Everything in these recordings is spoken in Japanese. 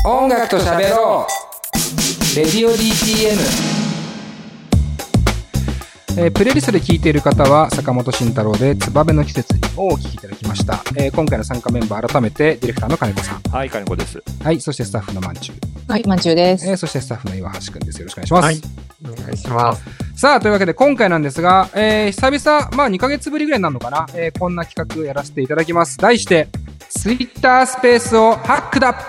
音楽と喋ろうレディオ DTM、プレイリストで聴いている方は坂本慎太郎でツバメの季節をお聴きいただきました。今回の参加メンバー改めてディレクターの金子さん。 はい、金子です。 はい、そしてスタッフのまんちゅう。 はい、まんちゅうです。 そしてスタッフの岩橋くんです。よろしくお願いします。 はい、お願いします。 さあ、というわけで今回なんですが、久々、まあ2ヶ月ぶりぐらいになるのかな、こんな企画やらせていただきます。題して、ツイッタースペースをハックだ。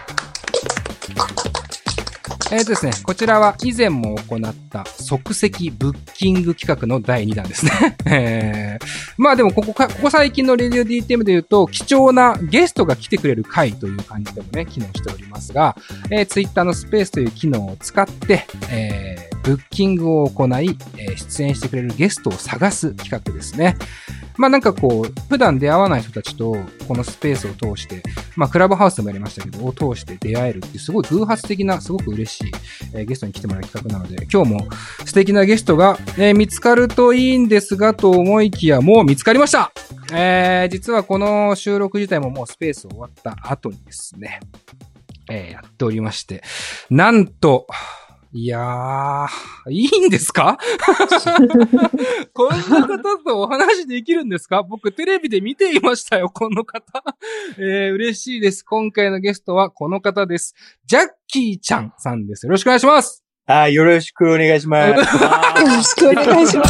ですね、こちらは以前も行った即席ブッキング企画の第2弾ですね。まあでもここ最近のレディオ DTM で言うと貴重なゲストが来てくれる回という感じでもね、機能しておりますが、ツイッターのスペースという機能を使って、ブッキングを行い、出演してくれるゲストを探す企画ですね。まあなんかこう、普段出会わない人たちとこのスペースを通して、まあクラブハウスでもやりましたけど、を通して出会えるっていうすごい偶発的な、すごく嬉しい、ゲストに来てもらう企画なので、今日も素敵なゲストが、見つかるといいんですがと思いきや、もう見つかりました。実はこの収録自体ももうスペース終わった後にですね、やっておりまして、なんと、いやー、いいんですかこんな方とお話できるんですか？僕テレビで見ていましたよ、この方。嬉しいです。今回のゲストはこの方です。ジャッキーちゃんさんです。よろしくお願いします。 よろしくお願いします。 よろしくお願いします。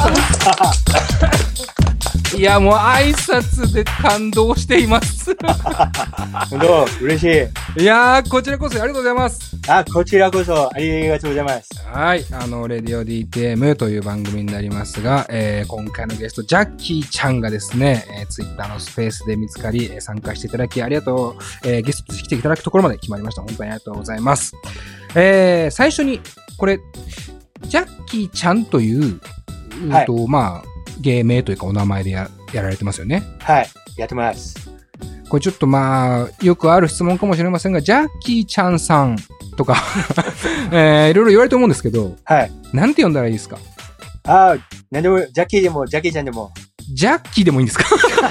いや、もう挨拶で感動しています。 本当、嬉しい。 いやー、こちらこそありがとうございます。 こちらこそありがとうございます。 はい。レディオ DTM という番組になりますが、今回のゲスト、ジャッキーちゃんがですね、ツイッターのスペースで見つかり、参加していただき、ありがとう、ゲストとして来ていただくところまで決まりました。本当にありがとうございます。最初に、これ、ジャッキーちゃんという、 はい、 まあ、芸名というかお名前でやられてますよね。 はい、やってます。 これちょっとまあ、よくある質問かもしれませんが、ジャッキーちゃんさんとか、いろいろ言われると思うんですけど、はい。なんて呼んだらいいですか？ なんでも、ジャッキーでも、ジャッキーちゃんでも。 ジャッキーでもいいんですか？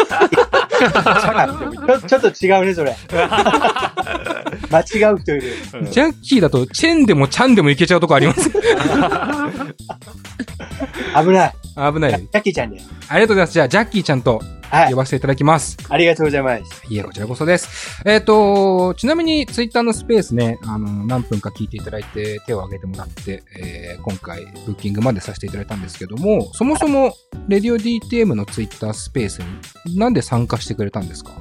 ちょっと違うね、それ。間違う人いる。 ジャッキーだと、チェンでもチャンでもいけちゃうとこあります。 危ない。 危ない。 ジャッキーちゃんで。 ありがとうございます。じゃあ、ジャッキーちゃんと呼ばせていただきます。 ありがとうございます。 いえ、こちらこそです。ちなみに、ツイッターのスペースね、何分か聞いていただいて、手を挙げてもらって、今回、ブッキングまでさせていただいたんですけども、そもそも、レディオ DTM のツイッタースペースに、なんで参加してくれたんですか？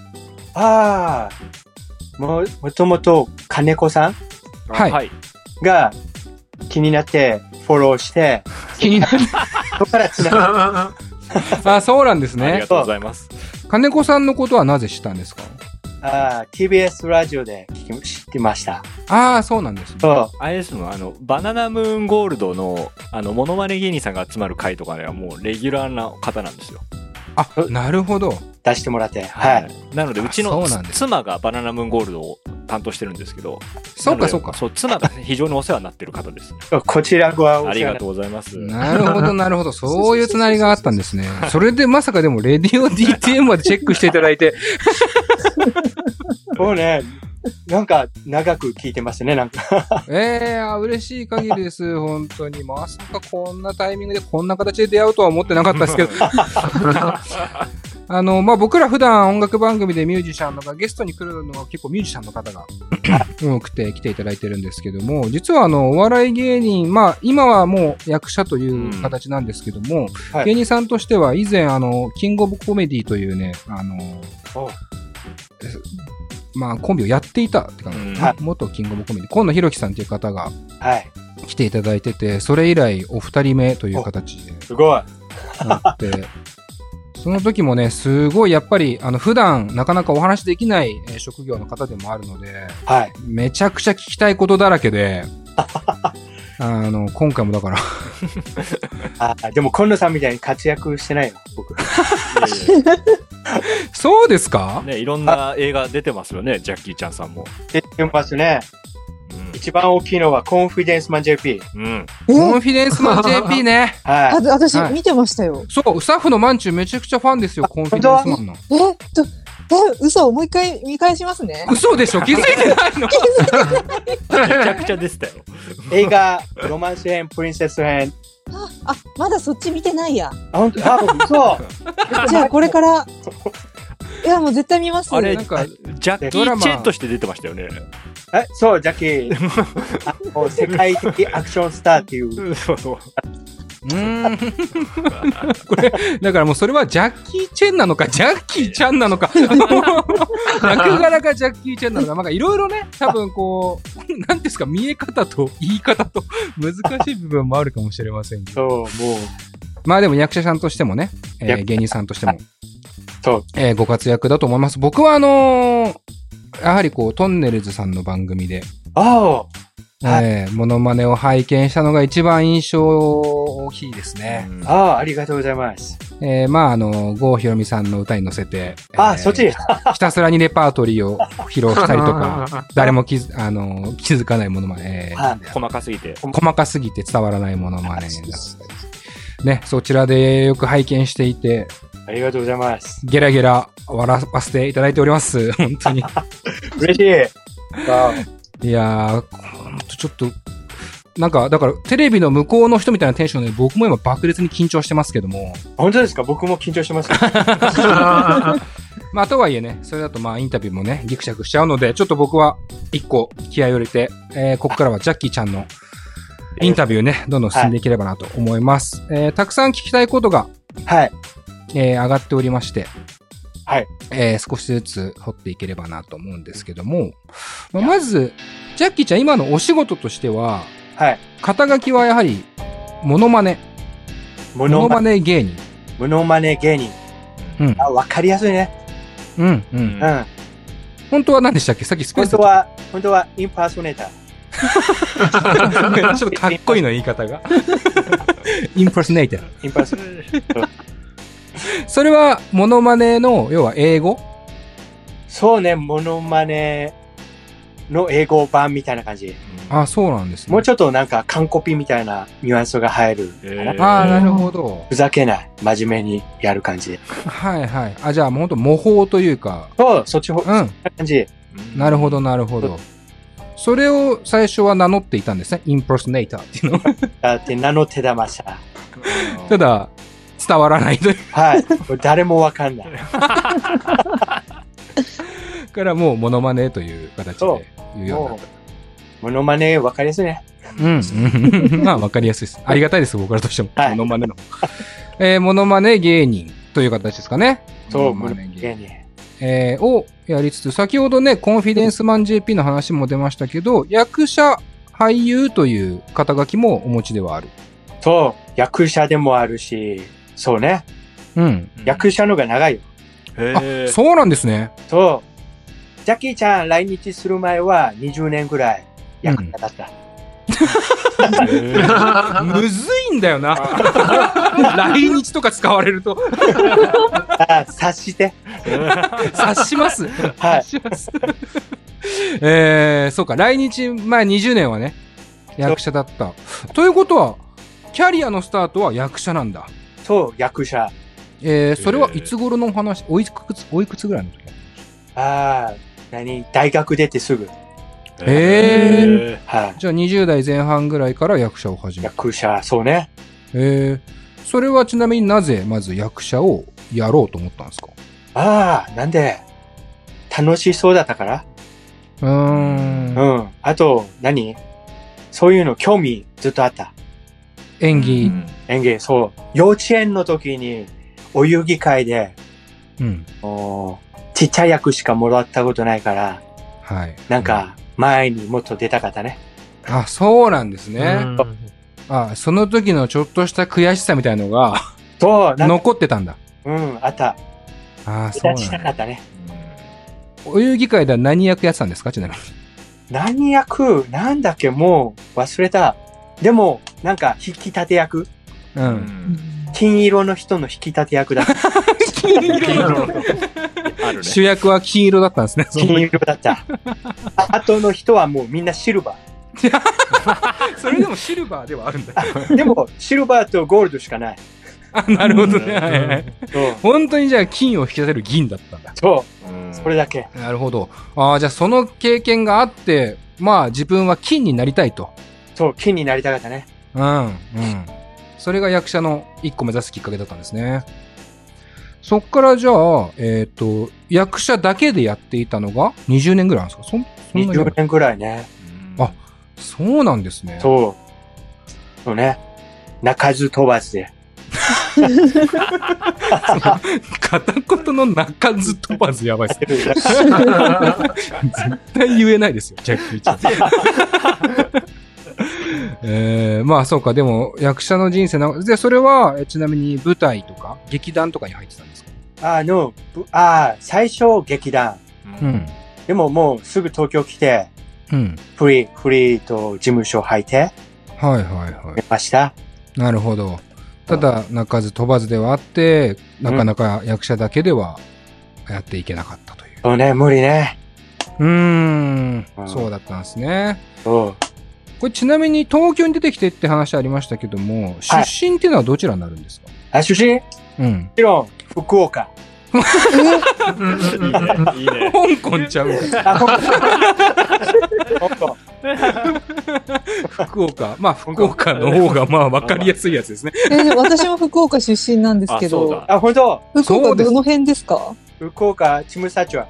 もともと、金子さんはい。 が、気になって、フォローして、 気になる。 そこからつながる。そうなんですね。 ありがとうございます。 金子さんのことはなぜ知ったんですか ？TBS ラジオで知ってました。 そうなんですね。 あれですの、バナナムーンゴールドの、モノマネ芸人さんが集まる会とかではもうレギュラーな方なんですよ。 なるほど。 出してもらって。はい。 なので、うちの妻がバナナムーンゴールドを担当してるんですけど。 そうか。そう、 妻が非常にお世話になってる方です。 こちらはありがとうございます。 なるほど。そういうつながりがあったんですね。それでまさかでも、レディオ DTM までチェックしていただいて。 そうね。なんか、長く聞いてますね、なんか。 嬉しい限りです。本当に。まさかこんなタイミングでこんな形で出会うとは思ってなかったですけど。まあ、僕ら普段音楽番組でミュージシャンとかゲストに来るのは結構ミュージシャンの方が多くて来ていただいてるんですけども、実はお笑い芸人、まあ、今はもう役者という形なんですけども、芸人さんとしては以前キングオブコメディというね、まあ、コンビをやっていたって感じ、元キングオブコメディ、今野博樹さんという方が来ていただいてて、それ以来お二人目という形で。 すごい。 なって、その時もね、すごいやっぱり、普段なかなかお話できない、職業の方でもあるので、めちゃくちゃ聞きたいことだらけで、今回もだからでも今野さんみたいに活躍してないよ、僕。 そうですか？ ね、いろんな映画出てますよね、ジャッキーちゃんさんも。 出てますね。一番大きいのはコンフィデンスマン JP。 コンフィデンスマン JP ね。 私見てましたよ。 そう、スタッフのマンチュめちゃくちゃファンですよ、コンフィデンスマンの。 嘘、もう一回見返しますね。 嘘でしょ？気づいてないの？ めちゃくちゃでしたよ。 映画、ロマンス編、プリンセス編。 まだそっち見てないや。 本当？嘘。 じゃあこれから、いや、もう絶対見ます。 あれ、 なんか、 ジャッキー・チェンとして出てましたよね。 そう、ジャッキー。もう世界的アクションスターっていう。 そうそう。 これ、だからもうそれはジャッキー・チェンなのか、ジャッキーちゃんなのか、役柄がジャッキー・チェンなのか、なんかいろいろね、多分こう、なんですか、見え方と言い方と難しい部分もあるかもしれませんけど。 そう、もう。 まあでも役者さんとしてもね、芸人さんとしても、 そう。 ご活躍だと思います。僕はやはりこう、トンネルズさんの番組で、モノマネを拝見したのが一番印象大きいですね。 ありがとうございます。 まあ郷ひろみさんの歌に乗せて、 そっちひたすらにレパートリーを披露したりとか、誰も気づかないものまね、 細かすぎて伝わらないものまねだったり。ね、そちらでよく拝見していて、 ありがとうございます。 ゲラゲラ笑わせていただいております。本当に。 嬉しい。 いやー、ちょっと、なんか、だから、テレビの向こうの人みたいなテンションで、僕も今爆裂に緊張してますけども。 本当ですか？僕も緊張してます。 まあ、とはいえね、それだとまあ、インタビューもね、ギクシャクしちゃうので、ちょっと僕は一個気合を入れて、ここからはジャッキーちゃんのインタビューね、どんどん進んでいければなと思います。たくさん聞きたいことが、上がっておりまして、少しずつ掘っていければなと思うんですけども、まず、ジャッキーちゃん今のお仕事としては、肩書きはやはり、モノマネ芸人。 モノマネ芸人。わかりやすいね。 本当は何でしたっけ？さっきスペース本当はインパーソネーター。 ちょっとかっこいいの言い方が。インパーソネーター。それは、モノマネの、要は英語？ そうね、モノマネの英語版みたいな感じ。 そうなんですね。 もうちょっとなんか、完コピみたいなニュアンスが入る。 なるほど。 ふざけない、真面目にやる感じ。 はいはい。じゃあ、もうほんと模倣というか。 そっちそんな感じ。 なるほど、なるほど。それを最初は名乗っていたんですね。インプロスネーターっていうの。 だって名乗ってました。 ただ、伝わらないという。 誰もわかんない。 からもうモノマネという形で言うようになった。 モノマネわかりやすいね。 まあわかりやすいです。ありがたいです、僕らとしても。モノマネの。モノマネ芸人という形ですかね。 モノマネ芸人。 をやりつつ、先ほどね、コンフィデンスマン JP の話も出ましたけど、役者、俳優という肩書きもお持ちではある。 そう、役者でもあるし、そうね。役者のが長いよ。 そうなんですね。 そう。ジャッキーちゃん来日する前は20年ぐらい役者だった。 むずいんだよな。来日とか使われると。 察して。 察します。察します。そうか、来日前20年はね、役者だった。ということは、キャリアのスタートは役者なんだ。 そう、役者。 それはいつ頃の話、おいくつぐらいの時？ 大学出てすぐ。 じゃあ20代前半ぐらいから役者を始めた。 役者、そうね。 それはちなみになぜまず役者をやろうと思ったんですか？ なんで楽しそうだったから。あと、そういうの興味ずっとあった。演技、そう。幼稚園の時にお遊戯会で、ちっちゃい役しかもらったことないから、なんか前にもっと出たかったね。 そうなんですね。その時のちょっとした悔しさみたいなのが残ってたんだ。 あった。そうなんだ。したかったね。 お遊戯会では何役やってたんですか、ちなみに。 何役なんだっけ、もう忘れた。でも、なんか引き立て役。金色の人の引き立て役だった。金色の主役は金色だったんですね。 金色だった。あとの人はもうみんなシルバー。 それでもシルバーではあるんだ。 でも、シルバーとゴールドしかない。 あ、なるほどね。はいはいそう。 本当にじゃあ金を引き出せる銀だったんだ。 そう。それだけ。 なるほど。ああ、じゃあその経験があって、まあ自分は金になりたいと。 そう、金になりたかったね。 うん、うん。それが役者の一個目指すきっかけだったんですね。そっからじゃあ、役者だけでやっていたのが20年ぐらいなんですか？そんなに 20年くらいね。 あ、そうなんですね。 そう。そうね。鳴かず飛ばずで。 片言の鳴かず飛ばずやばいですね。絶対言えないですよ、ジャッキー・チェン。まあそうか、でも役者の人生な、で、それは、ちなみに舞台とか劇団とかに入ってたんですか？ 最初劇団。 うん。 でももうすぐ東京来て、 うん。 フリーと事務所入って、 はいはいはい。 ました。 なるほど。ただ、鳴かず飛ばずではあって、なかなか役者だけではやっていけなかったという。 そうね、無理ね。 そうだったんですね。 そう。 これちなみに東京に出てきてって話ありましたけども、出身っていうのはどちらになるんですか？ 出身？ うん。 もちろん、福岡。 いいね。 香港ちゃう福岡。まあ、福岡の方がまあ分かりやすいやつですね。 私も福岡出身なんですけど。 あ、本当？ 福岡どの辺ですか？ 福岡、チムサチュア。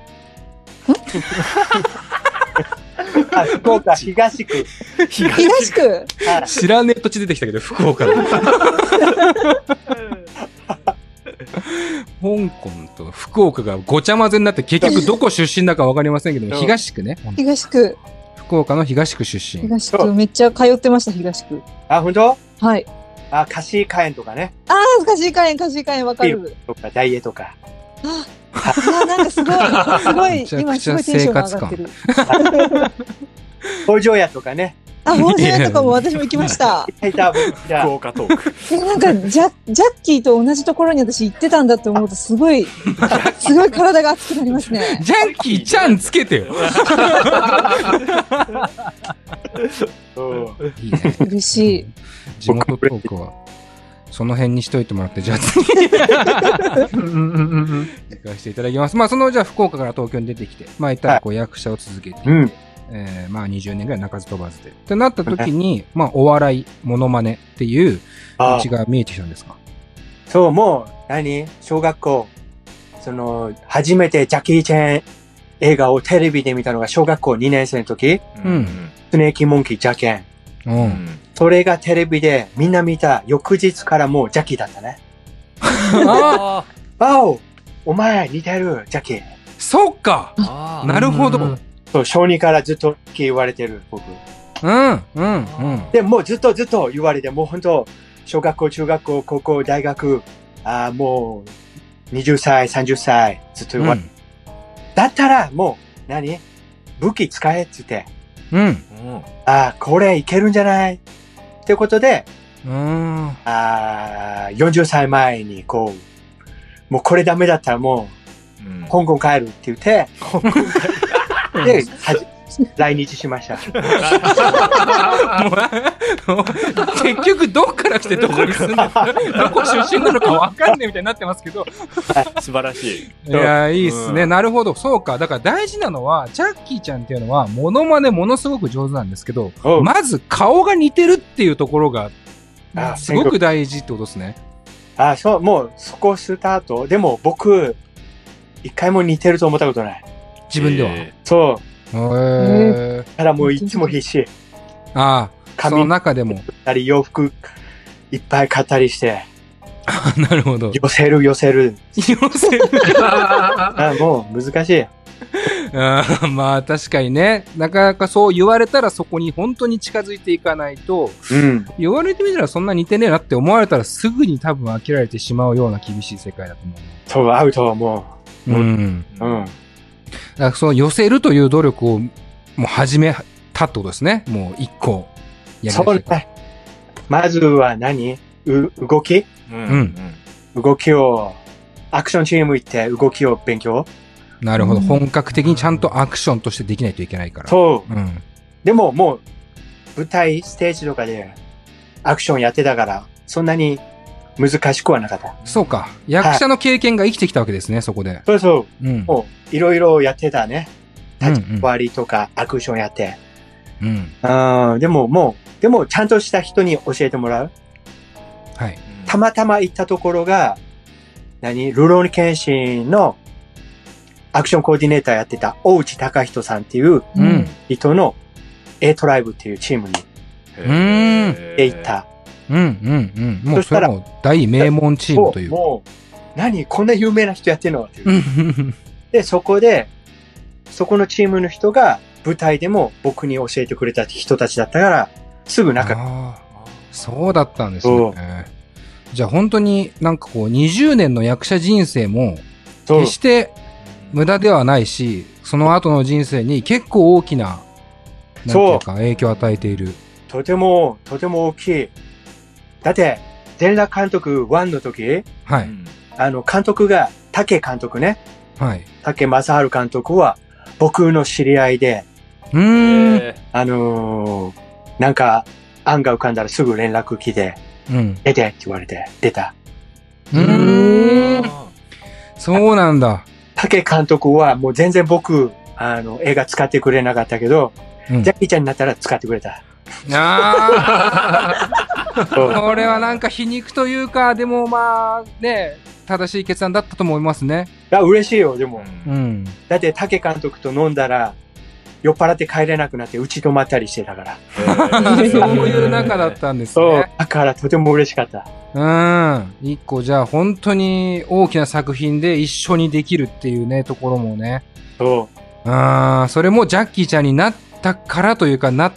福岡、東区。 東区？ 知らねえ土地出てきたけど、福岡の。香港と福岡がごちゃ混ぜになって結局どこ出身だかわかりませんけども、東区ね。 東区。 福岡の東区出身。 東区、めっちゃ通ってました、東区。 あ、本当？ はい。 あ、貸し花園とかね。 ああ、貸し花園わかる。 とか、ダイエーとか。 なんかすごい、今すごいテンションが上がってる。 工場屋とかね。 あ、本社屋とかも私も行きました。 福岡トーク。 なんかジャッキーと同じところに私行ってたんだって思うとすごい体が熱くなりますね。 ジャッキーちゃんつけてよ。いいね。 嬉しい。 地元トークはその辺にしといてもらって、じゃあ次行かせていただきます。まあそのじゃあ福岡から東京に出てきて、まあ一旦こう役者を続けていて、まあ20年ぐらい鳴かず飛ばずで。ってなった時に、まあお笑い、モノマネっていう道が見えてきたんですか？ そう、もう、小学校、初めてジャッキー・チェン映画をテレビで見たのが小学校2年生の時、スネーキー・モンキー・ジャケン。それがテレビでみんな見た翌日からもうジャッキーだったね。お前似てる、ジャッキー。 そっか。なるほど。 そう、小児からずっと言われてる、僕。で、もうずっと言われて、もう本当、小学校、中学校、高校、大学、もう、20歳、30歳、ずっと言われて。だったら、もう、武器使えって言って。これいけるんじゃないってことで、40歳前に、もうこれダメだったらもう、香港帰るって言って、で、来日しました。 結局どっから来てどこに住んでるどこ出身なのかわかんねえみたいになってますけど。 素晴らしい。 いや、いいっすね。なるほど。そうか。だから大事なのは、ジャッキーちゃんっていうのは、モノマネものすごく上手なんですけど、まず顔が似てるっていうところが、すごく大事ってことですね。 そう、もうそこスタート。でも僕、一回も似てると思ったことない。 自分では。 そう。ただもういつも必死。 その中でも。 洋服いっぱい買ったりして。 なるほど。 寄せる。もう難しい。 まあ確かにね、なかなかそう言われたらそこに本当に近づいていかないと、言われてみたらそんな似てねえなって思われたらすぐに多分飽きられてしまうような厳しい世界だと思う。 そう、アウトはもう。だからその寄せるという努力をもう始めたってことですね。もう一個やりたい。そうね。 まずは動き、動きを、アクションチーム行って動きを勉強。 なるほど。本格的にちゃんとアクションとしてできないといけないから。 そう。でももう、舞台、ステージとかでアクションやってたから、そんなに難しくはなかった。 そうか。役者の経験が生きてきたわけですね、そこで。 そうそう。 うん。 もう、いろいろやってたね。立ち回りとかアクションやって。 うん。 でもちゃんとした人に教えてもらう。 はい。 たまたま行ったところが、ルローニケンシンのアクションコーディネーターやってた大内隆人さんっていう人の A トライブっていうチームに行った。 もうそれも大名門チームというか。 もう、こんな有名な人やってんのっていう。で、そこのチームの人が舞台でも僕に教えてくれた人たちだったから、すぐ仲良く。 そうだったんですね。じゃあ本当になんかこう20年の役者人生も決して無駄ではないし、その後の人生に結構大きな、なんていうか影響を与えている。 とても大きい。だって、全裸監督1の時、 はい。 監督が、竹監督ね。 はい。 竹正治監督は、僕の知り合いで、なんか、案が浮かんだらすぐ連絡来て、出てって言われて、出た。 そうなんだ。 竹監督はもう全然僕、映画使ってくれなかったけど、ジャッキーちゃんになったら使ってくれた。 これはなんか皮肉というか、でもまあね、正しい決断だったと思いますね。 嬉しいよ、でも。だって竹監督と飲んだら、酔っ払って帰れなくなってうち泊まったりしてたから。 そういう仲だったんですね。 そう。だからとても嬉しかった。 一個じゃあ本当に大きな作品で一緒にできるっていうね、ところもね。 そう。 それもジャッキーちゃんになったからというか、なって、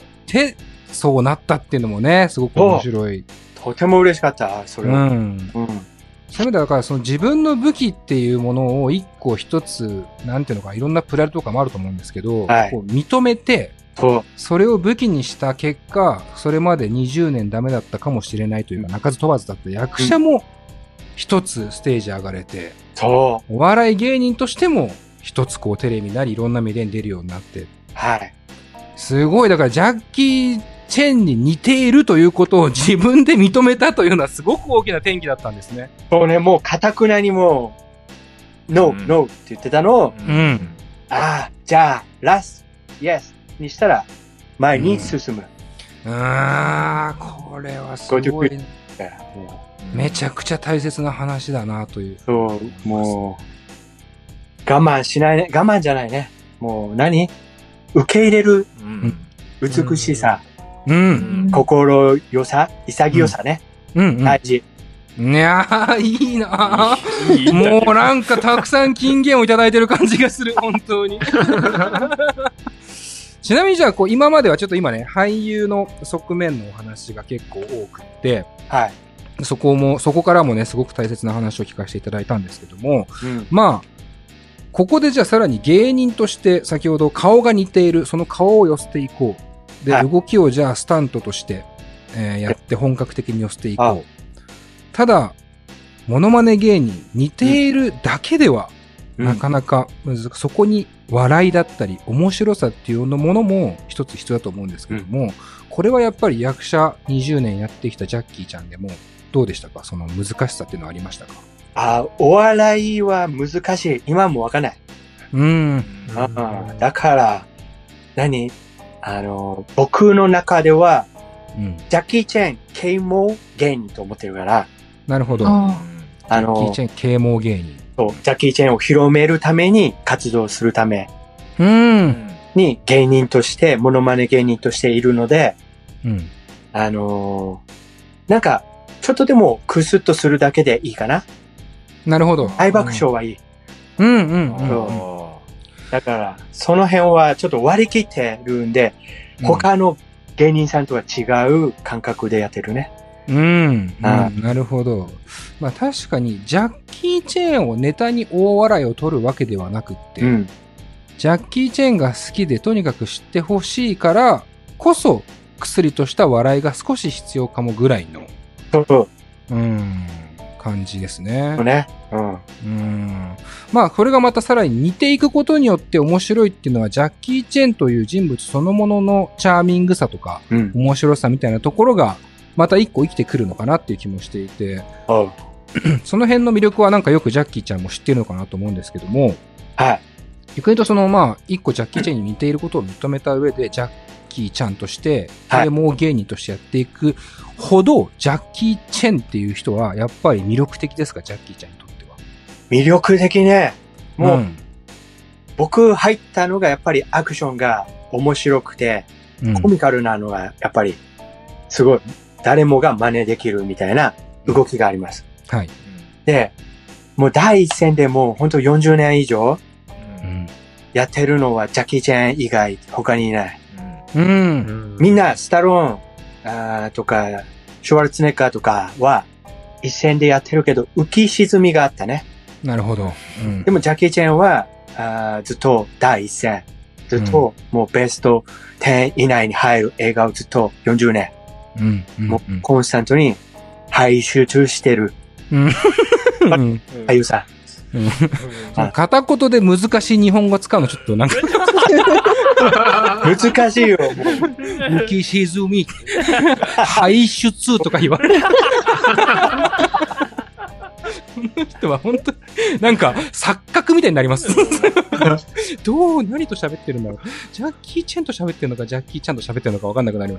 そうなったっていうのもね、すごく面白い。 とても嬉しかった、それは。そういう意味でだから、その自分の武器っていうものを一個一つ、なんていうのか、いろんなプライドとかもあると思うんですけど、こう認めて、それを武器にした結果、それまで20年ダメだったかもしれないというか、鳴かず飛ばずだった役者も一つステージ上がれて、お笑い芸人としても一つこうテレビなりいろんなメディアに出るようになって、すごい、だからジャッキー・チェンに似ているということを自分で認めたというのはすごく大きな転機だったんですね。 そうね、もう堅くなにもノーって言ってたのを、じゃあ、ラス、イエスにしたら前に進む。 これはすごい。めちゃくちゃ大切な話だなという。 そう、もう、我慢しないね。我慢じゃないね。もう受け入れる美しさ。心よさ、潔さね。大事。 いやー、いいなー。もうなんかたくさん金言をいただいてる感じがする、本当に。ちなみにじゃあ、今まではちょっと今ね、俳優の側面のお話が結構多くって、そこからもね、すごく大切な話を聞かせていただいたんですけども、まあ、ここでじゃあさらに芸人として先ほど顔が似ている、その顔を寄せていこう。で、動きをじゃあスタントとして、やって本格的に寄せていこう。ただ、モノマネ芸人、似ているだけでは、なかなか難しい。そこに笑いだったり、面白さっていうものも一つ必要だと思うんですけども、これはやっぱり役者20年やってきたジャッキーちゃんでも、どうでしたか？その難しさっていうのはありましたか？ お笑いは難しい。今もわかんない。だから、僕の中では、ジャッキー・チェン、啓蒙芸人と思ってるから。 なるほど。ジャッキー・チェン、啓蒙芸人。 そう、ジャッキー・チェンを広めるために、活動するために、芸人として、モノマネ芸人としているので、なんか、ちょっとでもクスッとするだけでいいかな。 なるほど。 大爆笑はいい。だから、その辺はちょっと割り切ってるんで、他の芸人さんとは違う感覚でやってるね。 なるほど。まあ確かに、ジャッキー・チェーンをネタに大笑いを取るわけではなくって、ジャッキー・チェーンが好きでとにかく知ってほしいからこそ、薬とした笑いが少し必要かもぐらいの、感じですね。まあ、これがまたさらに似ていくことによって面白いっていうのは、ジャッキー・チェンという人物そのもののチャーミングさとか、面白さみたいなところが、 また一個生きてくるのかなっていう気もしていて、 おう。 その辺の魅力はなんかよくジャッキーちゃんも知ってるのかなと思うんですけども、 はい。 逆に言うとまあ、一個ジャッキーチェンに似ていることを認めた上で、ジャッキーちゃんとして、 はい啓蒙芸人としてやっていくほど、ジャッキーチェンっていう人は、やっぱり魅力的ですか、ジャッキーちゃんにとっては。 魅力的ね。もう、 ん僕入ったのがやっぱりアクションが面白くて、 うんコミカルなのがやっぱりすごい誰もが真似できるみたいな動きがあります。 はい。 で、もう第一線でもう本当40年以上うん。 やってるのはジャッキー・チェン以外他にいない。 うん。 みんなスタローンとかシュワルツェネッガーとかは一線でやってるけど浮き沈みがあったね。 なるほど。うんでもジャッキー・チェンはずっと第一線。ずっともうベスト10以内に入る映画をずっと40年。 うん。 もうコンスタントに集中してるうん。 俳優さん。 片言で難しい日本語使うのちょっとなんか、 難しいよ、もう。 浮き沈み、排出とか言われる。この人は本当なんか錯覚みたいになります。何と喋ってるんだろう。ジャッキー・チェンと喋ってるのか、ジャッキー・チャンと喋ってるのか分かんなくなります。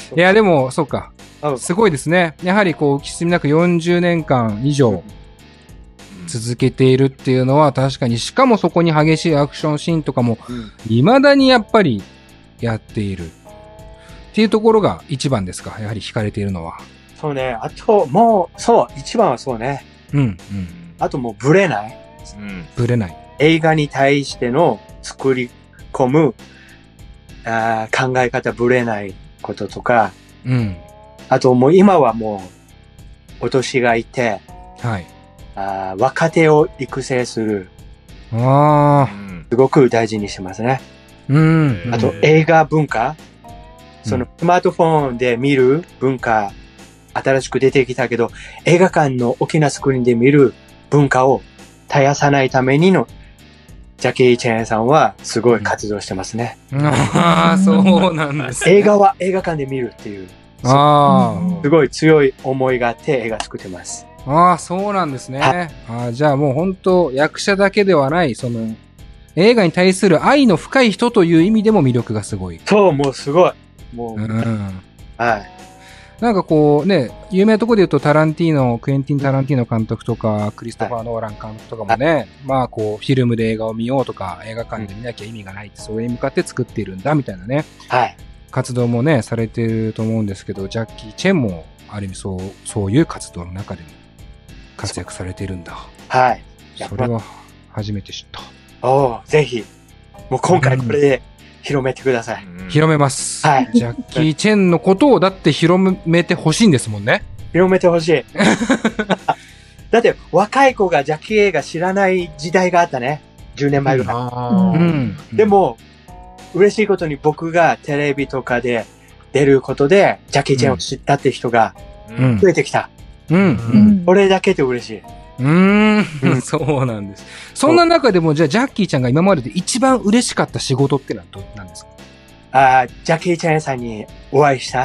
いや、でも、そうか。すごいですね。やはりこう、浮き沈みなく40年間以上続けているっていうのは確かに、しかもそこに激しいアクションシーンとかも、未だにやっぱりやっている。っていうところが一番ですか。やはり惹かれているのは。 そうね。あと、もう、そう、一番はそうね。あともうブレない。 ブレない。 映画に対しての作り込む考え方ブレないこととか、あともう今はもうお年がいて、 はい、 若手を育成する。すごく大事にしますね。あと映画文化、そのスマートフォンで見る文化、新しく出てきたけど、映画館の大きなスクリーンで見る文化を絶やさないためにのジャッキー・チェンさんはすごい活動してますね。 そうなんです、 ね。映画は映画館で見るっていう。すごい強い思いがあって映画作ってます。 そうなんですね。じゃあもう本当役者だけではない、その映画に対する愛の深い人という意味でも魅力がすごい。 そう、もうすごい。もう、はい。 なんかこうね、有名なところで言うとクエンティン・タランティーノ監督とか、クリストファー・ノーラン監督とかもね、まあこう、フィルムで映画を見ようとか、映画館で見なきゃ意味がないって、それに向かって作っているんだ、みたいなね。活動もね、されてると思うんですけど、ジャッキー・チェンも、ある意味そういう活動の中でも活躍されているんだ。 はい。 それは初めて知った。 ぜひ。もう今回これで、広めてください。 広めます。 はい。 ジャッキー・チェンのことをだって広めてほしいんですもんね。 広めてほしい。だって若い子がジャッキー映画知らない時代があったね。10年前ぐらい。でも、嬉しいことに僕がテレビとかで出ることで、ジャッキー・チェンを知ったって人が増えてきた。これだけで嬉しい。 そうなんです。そんな中でも、じゃあ、ジャッキーちゃんが今までで一番嬉しかった仕事ってのは何ですか？ ジャッキー・チェンさんにお会いした。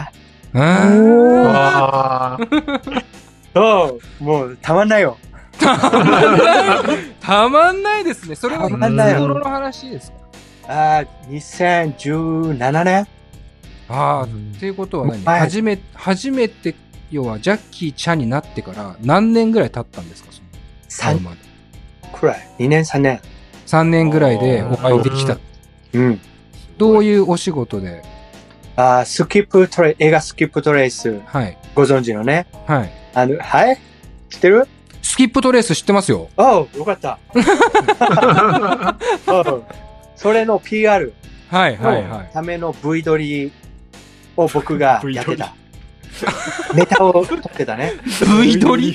そう、もう、たまんないよ。 たまんないですね。それはいつ頃の話ですか ？2017年っていうことは何？初めて、要は、ジャッキーちゃんになってから何年ぐらい経ったんですか ？3年くらい。2年、3年。 3年ぐらいでお会いできた。どういうお仕事で？ 映画スキップトレース。はい。ご存知のね。 はい。 はい？知ってる？ スキップトレース知ってますよ。 よかった。それの PR のための V 撮りを僕がやってた。ネタを撮ってたね。 V 撮り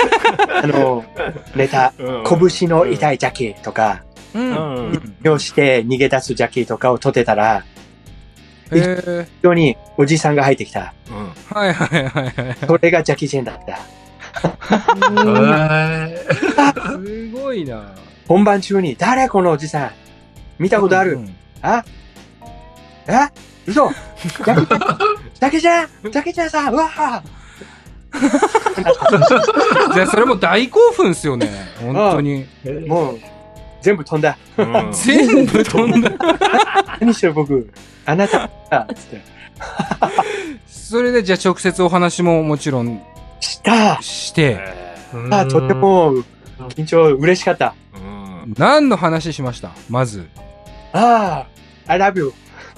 ネタ、拳の痛いジャッキーとか、をして逃げ出すジャッキーとかを撮ってたら、一緒におじさんが入ってきた。それがジャッキー・チェンだった。 すごいな。 本番中に、誰このおじさん見たことある？嘘ジャッキーちゃんさんうわぁじゃあそれも大興奮ですよね。本当に。 もう、全部飛んだ。 全部飛んだ。 何してる僕、あなた、つって。 それでじゃあ直接お話ももちろんして、 とても緊張嬉しかった。 何の話しましたまず。 I love you.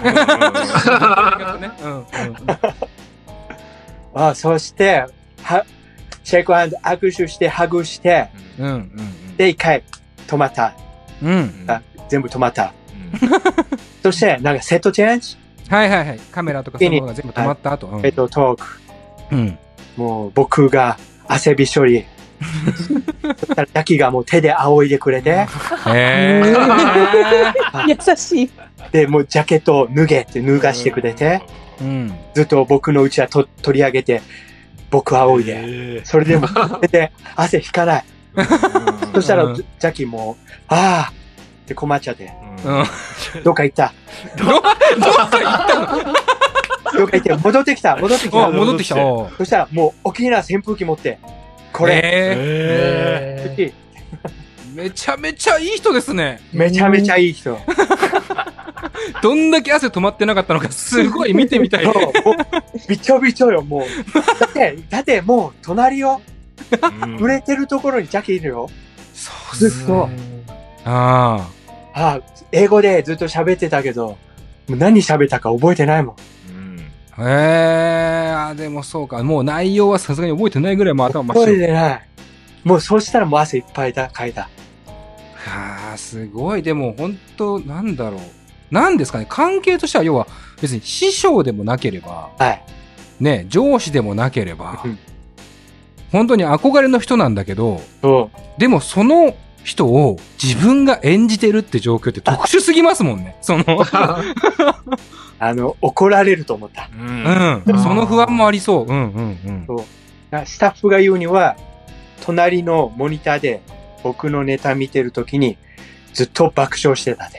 そして、シェイクハンド握手して、ハグして、で、一回止まった。全部止まった。そして、なんかセットチェンジはいはいはい。カメラとかそういうのが全部止まった後。 トーク。もう僕が汗びっしょり。ジャッキーがもう手で仰いでくれて。 優しい。 で、もうジャケットを脱げって脱がしてくれて。ずっと僕のうちは取り上げて、僕仰いで。それでも、で汗引かない。そしたら、ジャッキーも、って困っちゃって。どっか行った。 どっか行って、戻ってきた。 戻ってきた。 そしたら、もう、大きな扇風機持って、これ。 めちゃめちゃいい人ですね。 めちゃめちゃいい人。 どんだけ汗止まってなかったのか、すごい見てみたい。 びちょびちょよ、もう。だってもう、隣よ。売れてるところにジャッキーいるよ。 そうっすね。 英語でずっと喋ってたけど、もう何喋ったか覚えてないもん。 でもそうか。もう内容はさすがに覚えてないぐらいもう頭真っ白。 覚えてない。もうそうしたらもう汗いっぱいかいた。 すごい。でも本当なんだろう。なんですかね。関係としては要は別に師匠でもなければ、ね、上司でもなければ、本当に憧れの人なんだけど、でもその人を自分が演じてるって状況って特殊すぎますもんね。 怒られると思った。 その不安もありそう。 スタッフが言うには、隣のモニターで僕のネタ見てるときにずっと爆笑してたで。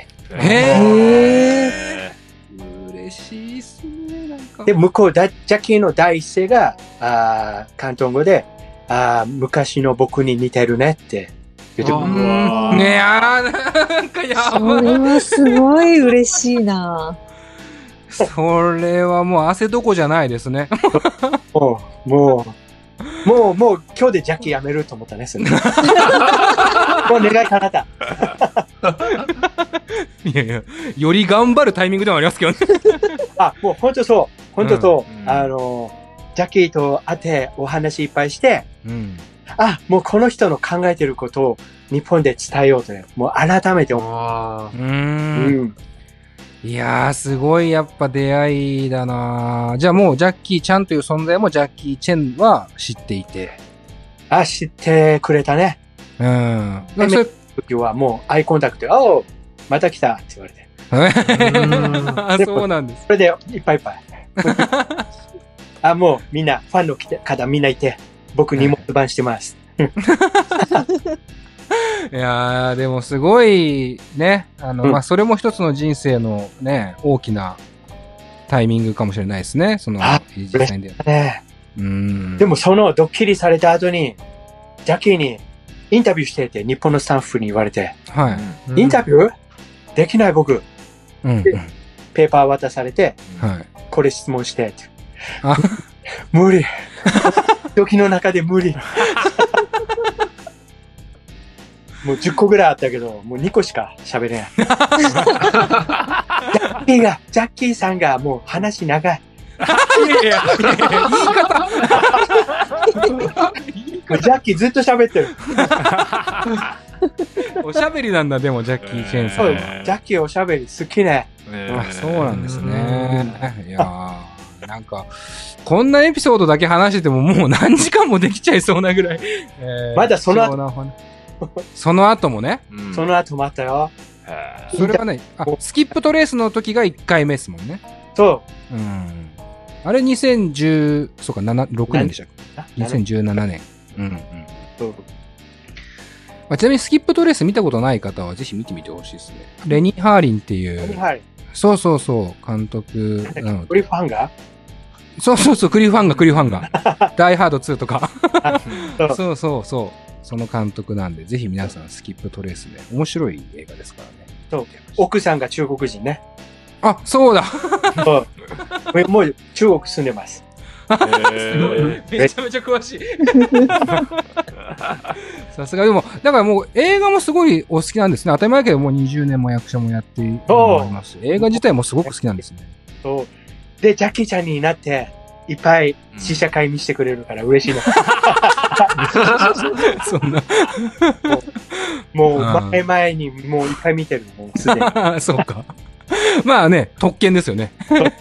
嬉しいっすね。なんか。 で、向こう、ジャッキーの第一声が、広東語で、昔の僕に似てるねって言ってくる。 なんかやばい。 それはすごい嬉しいな。 それはもう汗どこじゃないですね。 もう今日でジャッキーやめると思ったね。もう願い叶った。 いやいや、より頑張るタイミングでもありますけどね。 もう本当そう。本当そう。ジャッキーと会ってお話いっぱいして、もうこの人の考えてることを日本で伝えようと、もう改めて思う。 いやー、すごいやっぱ出会いだな。じゃあもうジャッキーちゃんという存在もジャッキーチェンは知っていて。 知ってくれたね。その時はもうアイコンタクトで、また来たって言われて。 そうなんです。 それでいっぱいいっぱい。もうみんな、ファンの方みんないて、僕荷物番してます。 いやー、でもすごいね、それも一つの人生のね、大きなタイミングかもしれないですね。実際にでもそのドッキリされた後に、ジャッキーにインタビューしてって日本のスタッフに言われて、インタビューできない僕。ペーパー渡されて、これ質問してって。無理。時の中で無理。もう10個ぐらいあったけど、もう2個しか喋れない。ジャッキーさんがもう話長い。 言い方。 ジャッキーずっと喋ってる。 おしゃべりなんだ、でもジャッキー・チェンさん。 ジャッキーおしゃべり好きね。 そうなんですね。いやー、なんか、こんなエピソードだけ話しててももう何時間もできちゃいそうなぐらい。 まだその後もね。 その後もあったよ。 それはね、スキップとレースの時が1回目ですもんね。 そう。 あれ2010、そうか、6年でしたっけ ?2017 年。ちなみにスキップとレース見たことない方はぜひ見てみてほしいですね。レニー・ハーリンっていう。そうそうそう、監督なので。 ファンがそうそうそう、クリフハンガー。ダイハード2とか。そうそうそう。その監督なんで、ぜひ皆さんスキップトレースで、面白い映画ですからね。 そう。奥さんが中国人ね。 あ、そうだ。 もう中国住んでます。 めちゃめちゃ詳しい。さすが。でも、だからもう映画もすごいお好きなんですね。当たり前だけど、もう20年も役者もやっていますし、映画自体もすごく好きなんですね。 そう。で、ジャッキーちゃんになって、いっぱい試写会見せてくれるから嬉しいな。 そんな。 もう前にもういっぱい見てる。もうすでに。 そうか。まあね、特権ですよね。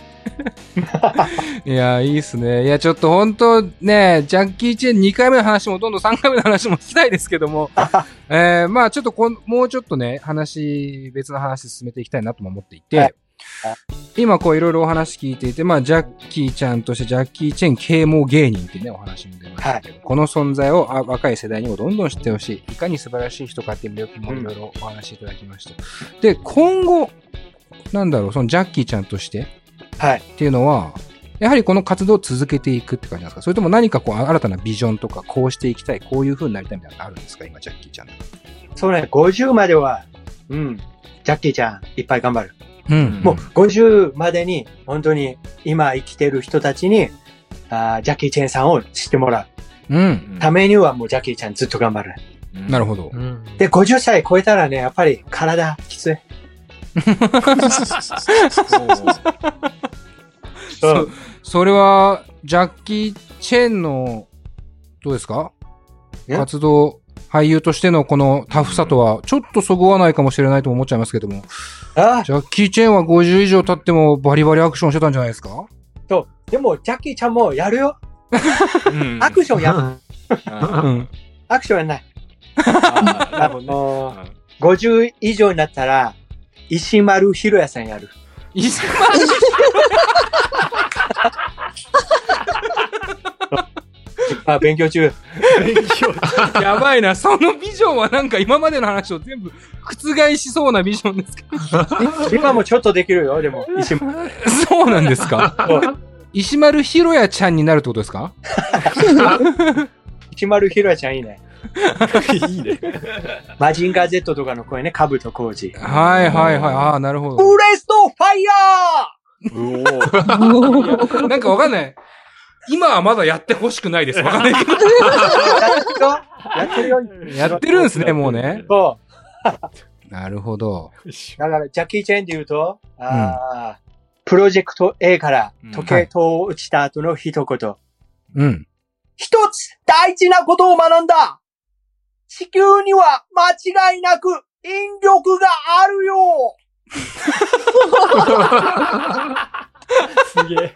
いや、いいっすね。いや、ちょっと本当ね、ジャッキー・チェン2回目の話もどんどん3回目の話も聞きたいですけども、まあちょっともうちょっとね、別の話進めていきたいなとも思っていて、今こういろいろお話聞いていて、まあジャッキーちゃんとしてジャッキー・チェン啓蒙芸人っていうね、お話も出ましたけど、この存在を若い世代にもどんどん知ってほしい。いかに素晴らしい人かっていう魅力もいろいろお話しいただきました。で、今後、なんだろう、そのジャッキーちゃんとして、っていうのは、やはりこの活動を続けていくって感じなんですか？それとも何かこう新たなビジョンとか、こうしていきたい、こういう風になりたいみたいなのあるんですか？今、ジャッキーちゃん。 そうね、50までは、ジャッキーちゃんいっぱい頑張る。もう50までに、本当に今生きてる人たちに、ジャッキー・チェンさんを知ってもらう。ためにはもうジャッキーちゃんずっと頑張る。 なるほど。 で、50歳超えたらね、やっぱり体きつい。 それは、ジャッキー・チェンの、どうですか？活動、俳優としてのこのタフさとは、ちょっとそぐわないかもしれないと思っちゃいますけども。ジャッキー・チェンは50以上経ってもバリバリアクションしてたんじゃないですか？ そう。でも、ジャッキーちゃんもやるよ。アクションやる。アクションやんない。50以上になったら、石丸ひろやさんやる。 石丸勉強中。 やばいな。そのビジョンはなんか今までの話を全部覆しそうなビジョンですけど。 今もちょっとできるよ、でも。 そうなんですか？石丸ひろやちゃんになるってことですか？ 石丸ひろやちゃんいいね。 いいね。 マジンガー Z とかの声ね、カブトコウジ。 はいはいはい。ああ、なるほど。 ブレストファイヤーなんかわかんない。今はまだやってほしくないです。わかんないけど。やってるんですね、もうね。 そう。 なるほど。 だから、ジャッキー・チェンで言うと、プロジェクト A から時計塔を落ちた後の一言。一つ大事なことを学んだ。地球には間違いなく引力があるよ。 すげえ。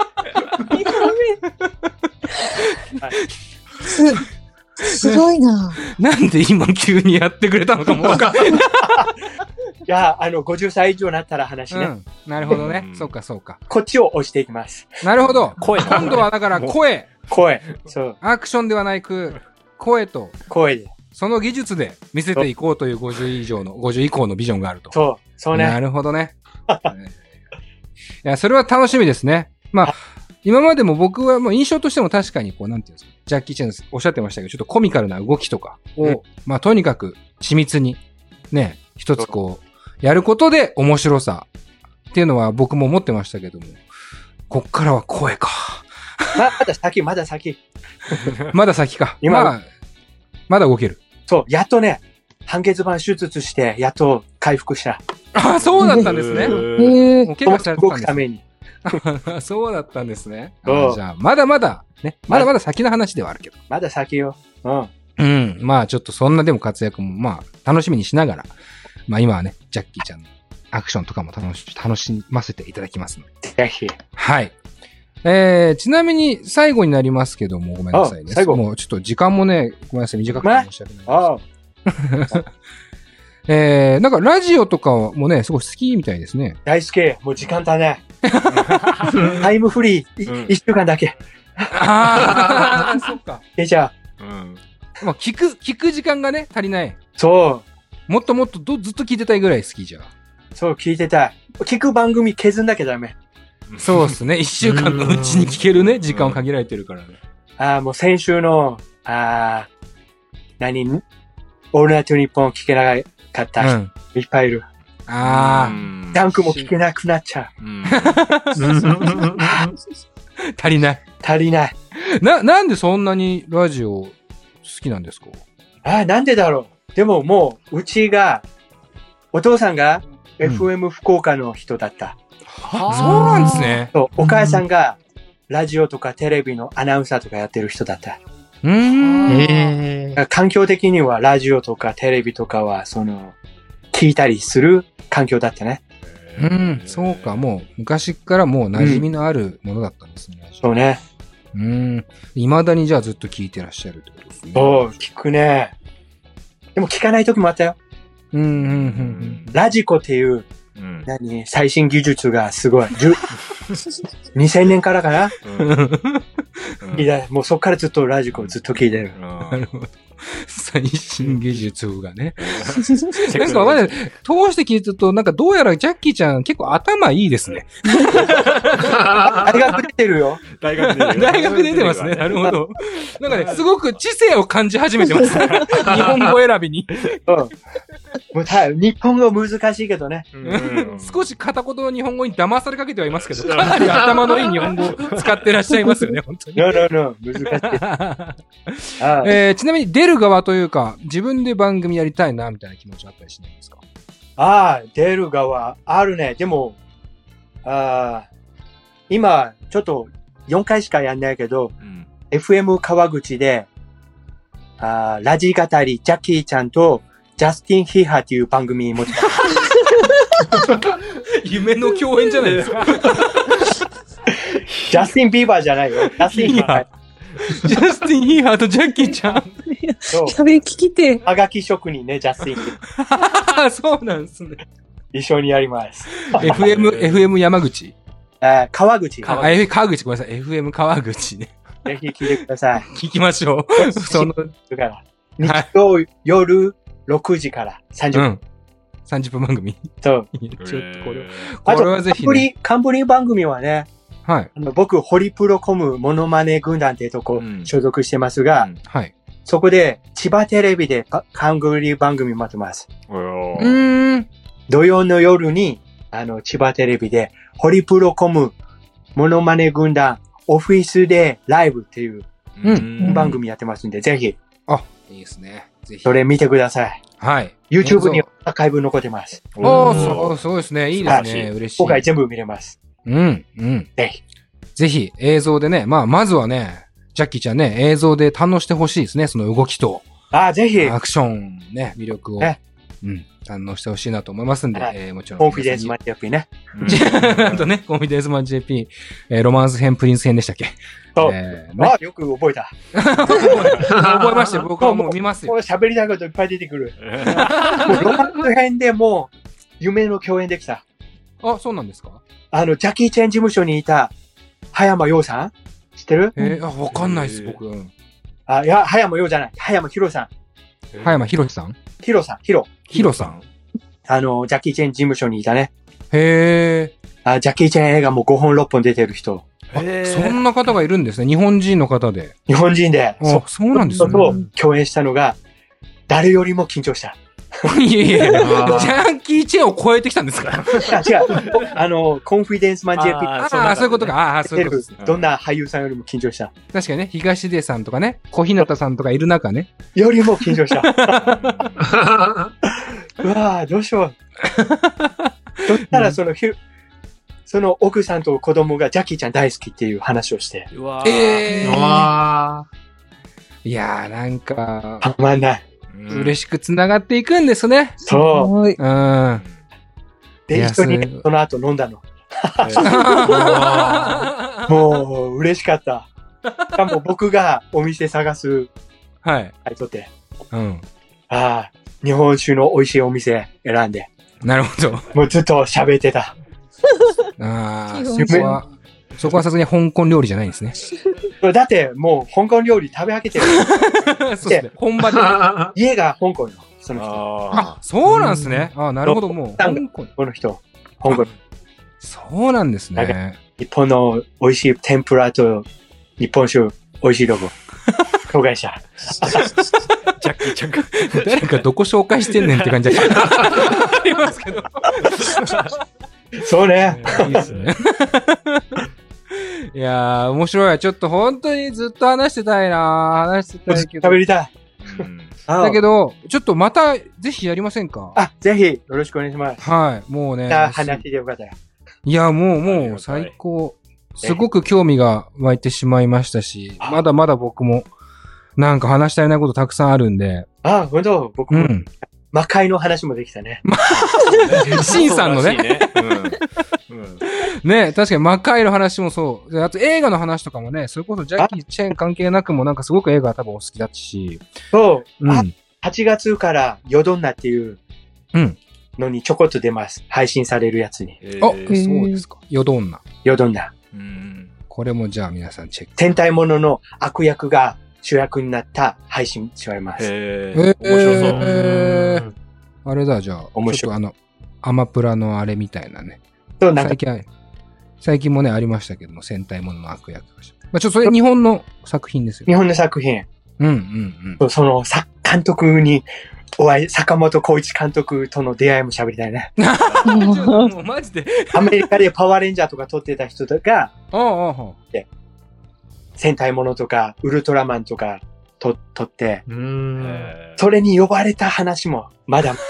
すごいな。 なんで今急にやってくれたのかもわかんない。いや、50歳以上になったら話ね。 なるほどね。そうかそうか。 こっちを押していきます。 なるほど。今度はだから声。 そう。 アクションではないく、声で。 その技術で見せていこうという50以降のビジョンがあると。 そうね。 なるほどね。いや、それは楽しみですね。まあ、今までも僕はもう印象としても確かにこう、なんていうんですか、ジャッキー・チェンおっしゃってましたけど、ちょっとコミカルな動きとかを、まあ、とにかく緻密に、ね、一つこう、やることで面白さっていうのは僕も思ってましたけども、こっからは声か。 まだ先。 まだ先か。まだ動ける。 そう、やっとね、半月板手術して、やっと回復した。 あ、そうだったんですね。 もう怪我されてたんです。動くために。 そうだったんですね。じゃあ、まだまだ先の話ではあるけど。 まだ先よ。 まあちょっとそんなでも活躍もまあ楽しみにしながら、まあ今はね、ジャッキーちゃんのアクションとかも楽しませていただきますので。 ぜひ。 はい。ちなみに最後になりますけども、ごめんなさいね。 最後。 もうちょっと時間もね、ごめんなさい、短くて申し訳ないです。なんかラジオとかもね、すごい好きみたいですね。 大好き。もう時間足ね。タイムフリー、1週間だけ。 ああ、そっか。 じゃあ。 まあ、聞く時間がね、足りない。 そう。 もっとずっと聞いてたいぐらい好きじゃん。 そう、聞いてたい。聞く番組削んなきゃダメ。 そうですね。1週間のうちに聞けるね、時間を限られてるからね。 もう先週の、オールナイトニッポン聞けなかった人、いっぱいいる。ダンクも聞けなくなっちゃう。 足りない。 足りない。 なんでそんなにラジオ好きなんですか？ なんでだろう。でももう、うちが、お父さんが FM 福岡の人だった。 そうなんですね。 そう、お母さんがラジオとかテレビのアナウンサーとかやってる人だった。環境的にはラジオとかテレビとかは、聞いたりする環境だったね。 そうか、もう昔からもう馴染みのあるものだったんですね。 そうね。 未だにじゃあずっと聞いてらっしゃるってことですね。 そう、聞くね。でも聞かない時もあったよ。ラジコっていう、最新技術がすごい。2000年からかな、もうそっからずっとラジコずっと聞いてる。 なるほど。最新技術がね。なんか通して聞いてると、なんかどうやらジャッキーちゃん結構頭いいですね。 大学出てるよ。 大学出てますね。なるほど。なんかね、すごく知性を感じ始めてます。日本語選びに。 もう日本語難しいけどね。 少し片言の日本語に騙されかけてはいますけど、かなり頭のいい日本語を使ってらっしゃいますよね、本当に。 難しい。ちなみに出る側というか、自分で番組やりたいな、みたいな気持ちあったりしないですか？ 出る側、あるね。でも、今、ちょっと4回しかやんないけど、FM 川口で、ラジ語り、ジャッキーちゃんと、ジャスティン・ヒーハーっていう番組持ってた。 夢の共演じゃないですか。 ジャスティン・ビーバーじゃないよ。ジャスティン・ヒーハー。 ジャスティン・ヒーハーとジャッキーちゃん。 喋り聞きて。 はがき職人ね、ジャスティン。 そうなんですね。 一緒にやります。 FM 山口。 川口。 川口、ごめんなさい。FM 川口ね。 ぜひ聞いてください。 聞きましょう。 日曜夜6時から30分。 30分番組。 そう。 ちょっとこれはぜひ、ね。 カンブリ番組はね、僕、ホリプロコムモノマネ軍団っていうとこ所属してますが、そこで千葉テレビでカンブリ番組待ってます。土曜の夜に、千葉テレビで、ホリプロコムモノマネ軍団オフィスでライブっていう番組やってますんで、ぜひ。 いいですね。ぜひ。 それ見てください。YouTube にアーカイブ残ってます。 すごいですね。いいですね。嬉しい。 今回全部見れます。 ぜひ、映像でね、まずはね、ジャッキーちゃんね、映像で堪能してほしいですね。その動きと。 ぜひ。 アクションね、魅力を。堪能してほしいなと思いますんで、もちろん。 コンフィデンスマン JP ね。 あとね、コンフィデンスマン JP、ロマンス編、プリンス編でしたっけ？ よく覚えた。 覚えましたよ。僕はもう見ますよ。 喋りたいこといっぱい出てくる。ロマンス編でもう、夢の共演できた。 そうなんですか？ ジャッキーチェン事務所にいた、葉山陽さん知ってる？ わかんないです、僕。 葉山陽じゃない。葉山博さん。 葉山博さん？ ヒロさん。 ジャッキーチェン事務所にいたね。 ジャッキーチェン映画も5本6本出てる人。 そんな方がいるんですね。日本人の方で。 日本人で。 そうなんですね。 と共演したのが、誰よりも緊張した。 いやいや、ジャッキー・チェンを超えてきたんですか？ 違う。コンフィデンスマン JP。 そういうことか。そういうことです。 どんな俳優さんよりも緊張した。 確かにね、東出さんとかね、小日向さんとかいる中ね。 よりも緊張した。うわぁ、どうしよう。そしたら、その奥さんと子供がジャッキーちゃん大好きっていう話をして。 いやー、なんか。 たまんない。 嬉しく繋がっていくんですね。 そう。で、一緒にその後飲んだの。もう、嬉しかった。しかも僕がお店探す。とって。日本酒の美味しいお店選んで。 なるほど。 もうずっと喋ってた。 そこはさすがに香港料理じゃないんですね。 だってもう香港料理食べ飽きてる。 そうですね。本場で。 家が香港よ。その人。 そうなんですね。なるほど、もう。 香港。この人。香港。 そうなんですね。 日本の美味しい天ぷらと日本酒美味しいとこ。紹介した。 ジャッキーちゃんが。 誰かどこ紹介してんねんって感じありますけど。 そうね。 いいですね。いやー、面白い。ちょっと本当にずっと話してたいな。話してたいけど。 喋りたい。 だけど、ちょっとまたぜひやりませんか？ ぜひよろしくお願いします。 はい。もうね。 話でよかったよ。 いや、もう最高。すごく興味が湧いてしまいましたし、まだまだ僕もなんか話したいなことたくさんあるんで。 本当僕も。魔界の話もできたね。 シンさんのね。ね、確かに魔界の話もそう。あと映画の話とかもね、それこそジャッキー・チェン関係なくもなんかすごく映画多分お好きだし。 そう。8月からヨドンナっていうのにちょこっと出ます。配信されるやつに。 そうですか。ヨドンナ。 ヨドンナ。 これもじゃあ皆さんチェック。 戦隊ものの悪役が主役になった配信します。 面白そう。 あれだ、じゃあ。面白い。アマプラのあれみたいなね。 そう、 最近もね、ありましたけども、戦隊ものの悪役が。まあ、それ日本の作品ですよ。 日本の作品。その、監督に、坂本浩一監督との出会いも喋りたいね。 もうマジで。 アメリカでパワーレンジャーとか撮ってた人とか、戦隊ものとか、ウルトラマンとか撮って、それに呼ばれた話も、まだ。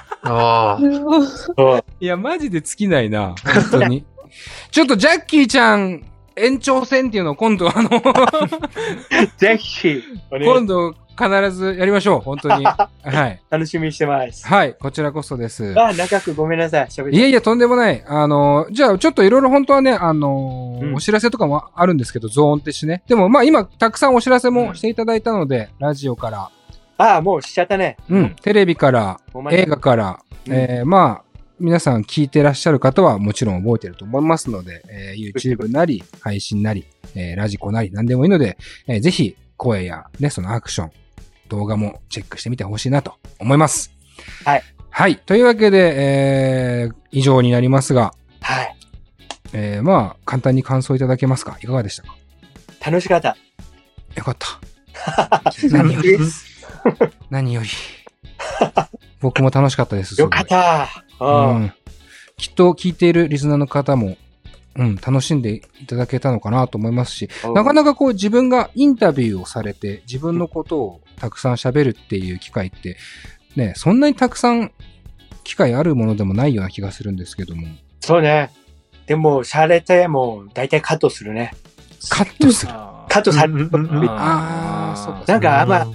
いや、マジで尽きないな。本当に。ちょっとジャッキーちゃん延長戦っていうのを今度ぜひ、 今度必ずやりましょう。本当に。はい。 楽しみにしてます。 はい。こちらこそです。 長くごめんなさい。 いやいや、とんでもない。じゃあちょっといろいろ本当はね、お知らせとかもあるんですけど、ゾーンってしね。でもまあ今たくさんお知らせもしていただいたので、ラジオから。 もうしちゃったね。 テレビから、映画から、まあ、皆さん聞いてらっしゃる方はもちろん覚えてると思いますので、YouTube なり、配信なり、ラジコなり、何でもいいので、ぜひ、声やね、そのアクション、動画もチェックしてみてほしいなと思います。 はい。 はい。というわけで、以上になりますが、 はい。 まあ、簡単に感想いただけますか？いかがでしたか？ 楽しかった。 よかった。何より。僕も楽しかったです。 よかった。 きっと聞いているリスナーの方も、楽しんでいただけたのかなと思いますし、なかなかこう自分がインタビューをされて自分のことをたくさん喋るっていう機会って、ね、そんなにたくさん機会あるものでもないような気がするんですけども。 そうね。でも、されても大体カットするね。 カットする。 カットされる。 そうか。 なんか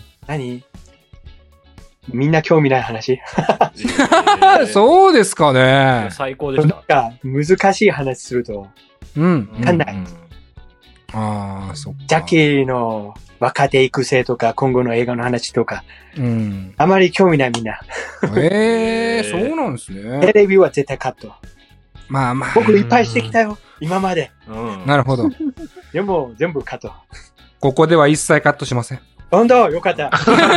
みんな興味ない話そうですかね。 最高でした。 なんか難しい話すると。わかんない。 そっか。 ジャッキーの若手育成とか、今後の映画の話とか。あまり興味ないみんな。 そうなんですね。 テレビは絶対カット。 まあまあ。 僕いっぱいしてきたよ。今まで。 なるほど。 でも全部カット。 ここでは一切カットしません。 本当よかった。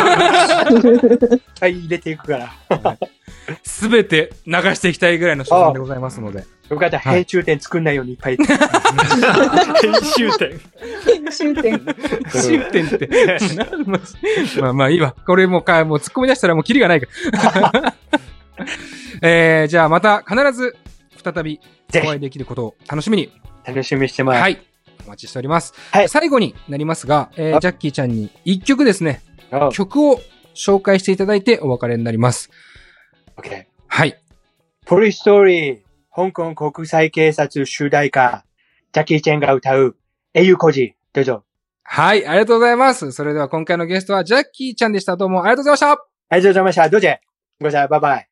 はい、入れていくから。 すべて流していきたいぐらいの所存でございますので。 よかった。編集点作んないようにいっぱい。編集点。 編集点。 編集点って。まあいいわ。これもう突っ込み出したらもうキリがないから。じゃあまた必ず再びお会いできることを楽しみに。 楽しみにしてます。 はい。お待ちしております。はい。最後になりますが、ジャッキーちゃんに一曲ですね。曲を紹介していただいてお別れになります。 OK。 はい。 ポリストーリー、香港国際警察主題歌、ジャッキーちゃんが歌う、英雄孤児、どうぞ。 はい、ありがとうございます。それでは今回のゲストはジャッキーちゃんでした。どうもありがとうございました。 ありがとうございました。どうぞ。ごめんなさい、バイバイ。